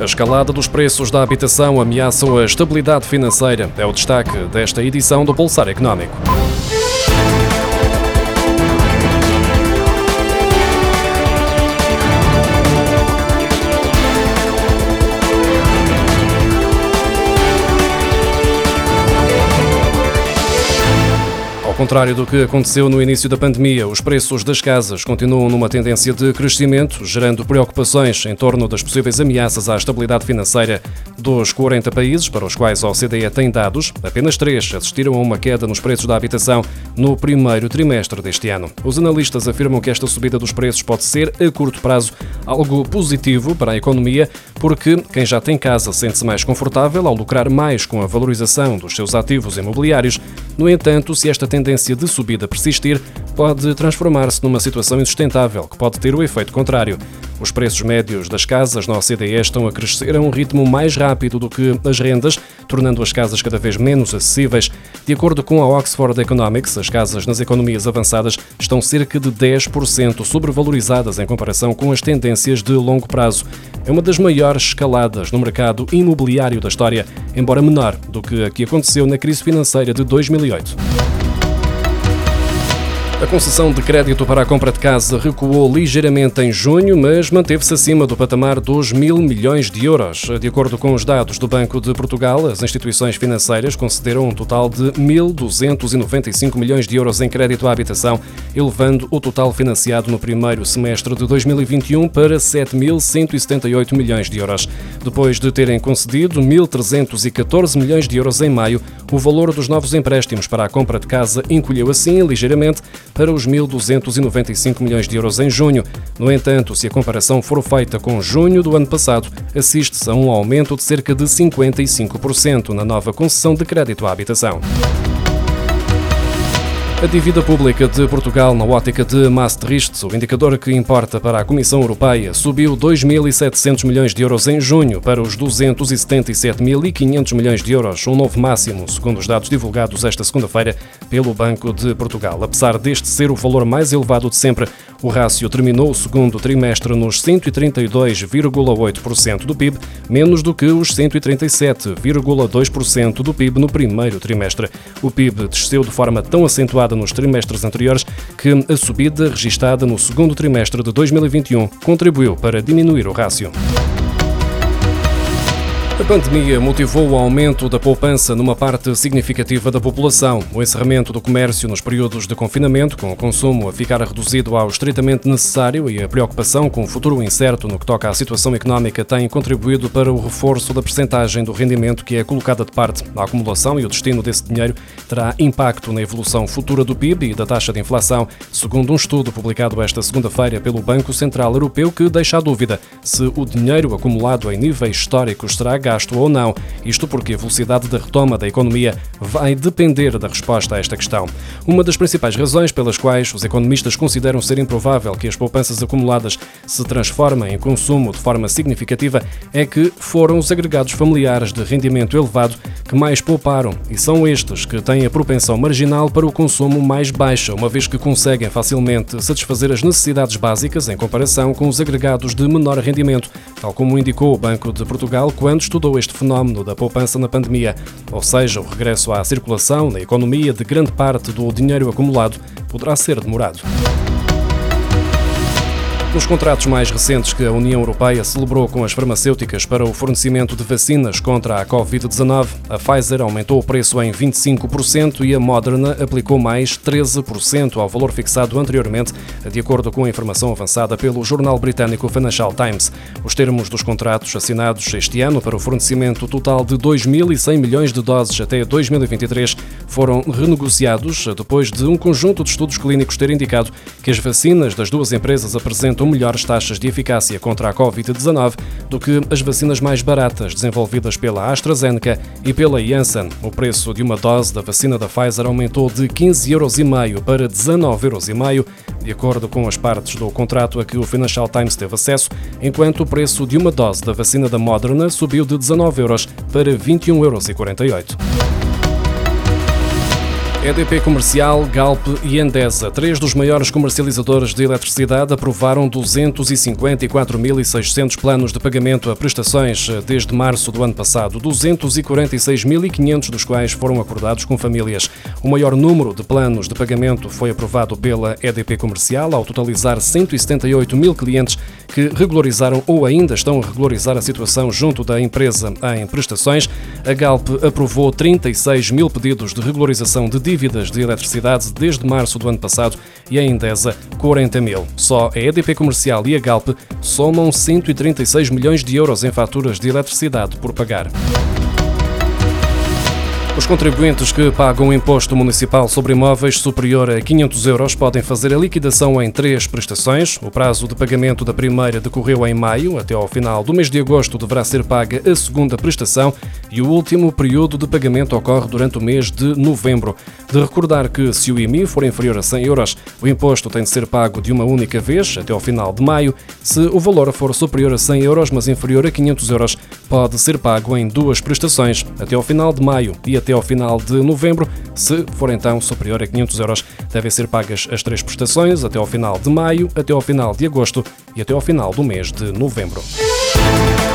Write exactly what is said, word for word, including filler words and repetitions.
A escalada dos preços da habitação ameaça a estabilidade financeira. É o destaque desta edição do Pulsar Económico. Ao contrário do que aconteceu no início da pandemia, os preços das casas continuam numa tendência de crescimento, gerando preocupações em torno das possíveis ameaças à estabilidade financeira. Dos quarenta países para os quais a O C D E tem dados, apenas três assistiram a uma queda nos preços da habitação no primeiro trimestre deste ano. Os analistas afirmam que esta subida dos preços pode ser, a curto prazo, algo positivo para a economia, porque quem já tem casa sente-se mais confortável ao lucrar mais com a valorização dos seus ativos imobiliários. No entanto, se esta tendência de subida persistir, pode transformar-se numa situação insustentável, que pode ter o efeito contrário. Os preços médios das casas na O C D E estão a crescer a um ritmo mais rápido do que as rendas, tornando as casas cada vez menos acessíveis. De acordo com a Oxford Economics, as casas nas economias avançadas estão cerca de dez por cento sobrevalorizadas em comparação com as tendências de longo prazo. É uma das maiores escaladas no mercado imobiliário da história, embora menor do que a que aconteceu na crise financeira de dois mil e oito. A concessão de crédito para a compra de casa recuou ligeiramente em junho, mas manteve-se acima do patamar dos mil milhões de euros. De acordo com os dados do Banco de Portugal, as instituições financeiras concederam um total de mil duzentos e noventa e cinco milhões de euros em crédito à habitação, elevando o total financiado no primeiro semestre de dois mil e vinte e um para sete mil cento e setenta e oito milhões de euros. Depois de terem concedido mil trezentos e catorze milhões de euros em maio, o valor dos novos empréstimos para a compra de casa encolheu assim ligeiramente para os mil duzentos e noventa e cinco milhões de euros em junho. No entanto, se a comparação for feita com junho do ano passado, assiste-se a um aumento de cerca de cinquenta e cinco por cento na nova concessão de crédito à habitação. A dívida pública de Portugal na ótica de Maastricht, o indicador que importa para a Comissão Europeia, subiu dois mil e setecentos milhões de euros em junho para os duzentos e setenta e sete mil e quinhentos milhões de euros, um novo máximo, segundo os dados divulgados esta segunda-feira pelo Banco de Portugal. Apesar deste ser o valor mais elevado de sempre, o rácio terminou o segundo trimestre nos cento e trinta e dois vírgula oito por cento do P I B, menos do que os cento e trinta e sete vírgula dois por cento do P I B no primeiro trimestre. O P I B desceu de forma tão acentuada nos trimestres anteriores que a subida registada no segundo trimestre de dois mil e vinte e um contribuiu para diminuir o rácio. A pandemia motivou o aumento da poupança numa parte significativa da população. O encerramento do comércio nos períodos de confinamento, com o consumo a ficar reduzido ao estritamente necessário e a preocupação com o futuro incerto no que toca à situação económica, têm contribuído para o reforço da percentagem do rendimento que é colocada de parte. A acumulação e o destino desse dinheiro terá impacto na evolução futura do P I B e da taxa de inflação, segundo um estudo publicado esta segunda-feira pelo Banco Central Europeu, que deixa a dúvida se o dinheiro acumulado em níveis históricos será gasto ou não. Isto porque a velocidade da retoma da economia vai depender da resposta a esta questão. Uma das principais razões pelas quais os economistas consideram ser improvável que as poupanças acumuladas se transformem em consumo de forma significativa é que foram os agregados familiares de rendimento elevado que mais pouparam, e são estes que têm a propensão marginal para o consumo mais baixa, uma vez que conseguem facilmente satisfazer as necessidades básicas em comparação com os agregados de menor rendimento, tal como indicou o Banco de Portugal quando estudou este fenómeno da poupança na pandemia, ou seja, o regresso à circulação na economia de grande parte do dinheiro acumulado poderá ser demorado. Nos contratos mais recentes que a União Europeia celebrou com as farmacêuticas para o fornecimento de vacinas contra a covid dezanove, a Pfizer aumentou o preço em vinte e cinco por cento e a Moderna aplicou mais treze por cento ao valor fixado anteriormente, de acordo com a informação avançada pelo jornal britânico Financial Times. Os termos dos contratos assinados este ano para o fornecimento total de dois mil e cem milhões de doses até dois mil e vinte e três foram renegociados depois de um conjunto de estudos clínicos ter indicado que as vacinas das duas empresas apresentam melhores taxas de eficácia contra a covid dezanove do que as vacinas mais baratas desenvolvidas pela AstraZeneca e pela Janssen. O preço de uma dose da vacina da Pfizer aumentou de quinze euros e meio para dezanove euros e meio, de acordo com as partes do contrato a que o Financial Times teve acesso, enquanto o preço de uma dose da vacina da Moderna subiu de dezanove euros para vinte e um euros e quarenta e oito. E D P Comercial, Galp e Endesa, três dos maiores comercializadores de eletricidade, aprovaram duzentos e cinquenta e quatro mil e seiscentos planos de pagamento a prestações desde março do ano passado, duzentos e quarenta e seis mil e quinhentos dos quais foram acordados com famílias. O maior número de planos de pagamento foi aprovado pela E D P Comercial, ao totalizar cento e setenta e oito mil clientes que regularizaram ou ainda estão a regularizar a situação junto da empresa em prestações. A Galp aprovou trinta e seis mil pedidos de regularização de dívidas de eletricidade desde março do ano passado e a Endesa quarenta mil. Só a E D P Comercial e a Galp somam cento e trinta e seis milhões de euros em faturas de eletricidade por pagar. Os contribuintes que pagam um imposto municipal sobre imóveis superior a quinhentos euros podem fazer a liquidação em três prestações. O prazo de pagamento da primeira decorreu em maio. Até ao final do mês de agosto deverá ser paga a segunda prestação e o último período de pagamento ocorre durante o mês de novembro. De recordar que, se o I M I for inferior a cem euros, o imposto tem de ser pago de uma única vez, até ao final de maio. Se o valor for superior a cem euros, mas inferior a quinhentos euros, pode ser pago em duas prestações, até ao final de maio e até ao final de novembro. Se for então superior a quinhentos euros, devem ser pagas as três prestações até ao final de maio, até ao final de agosto e até ao final do mês de novembro.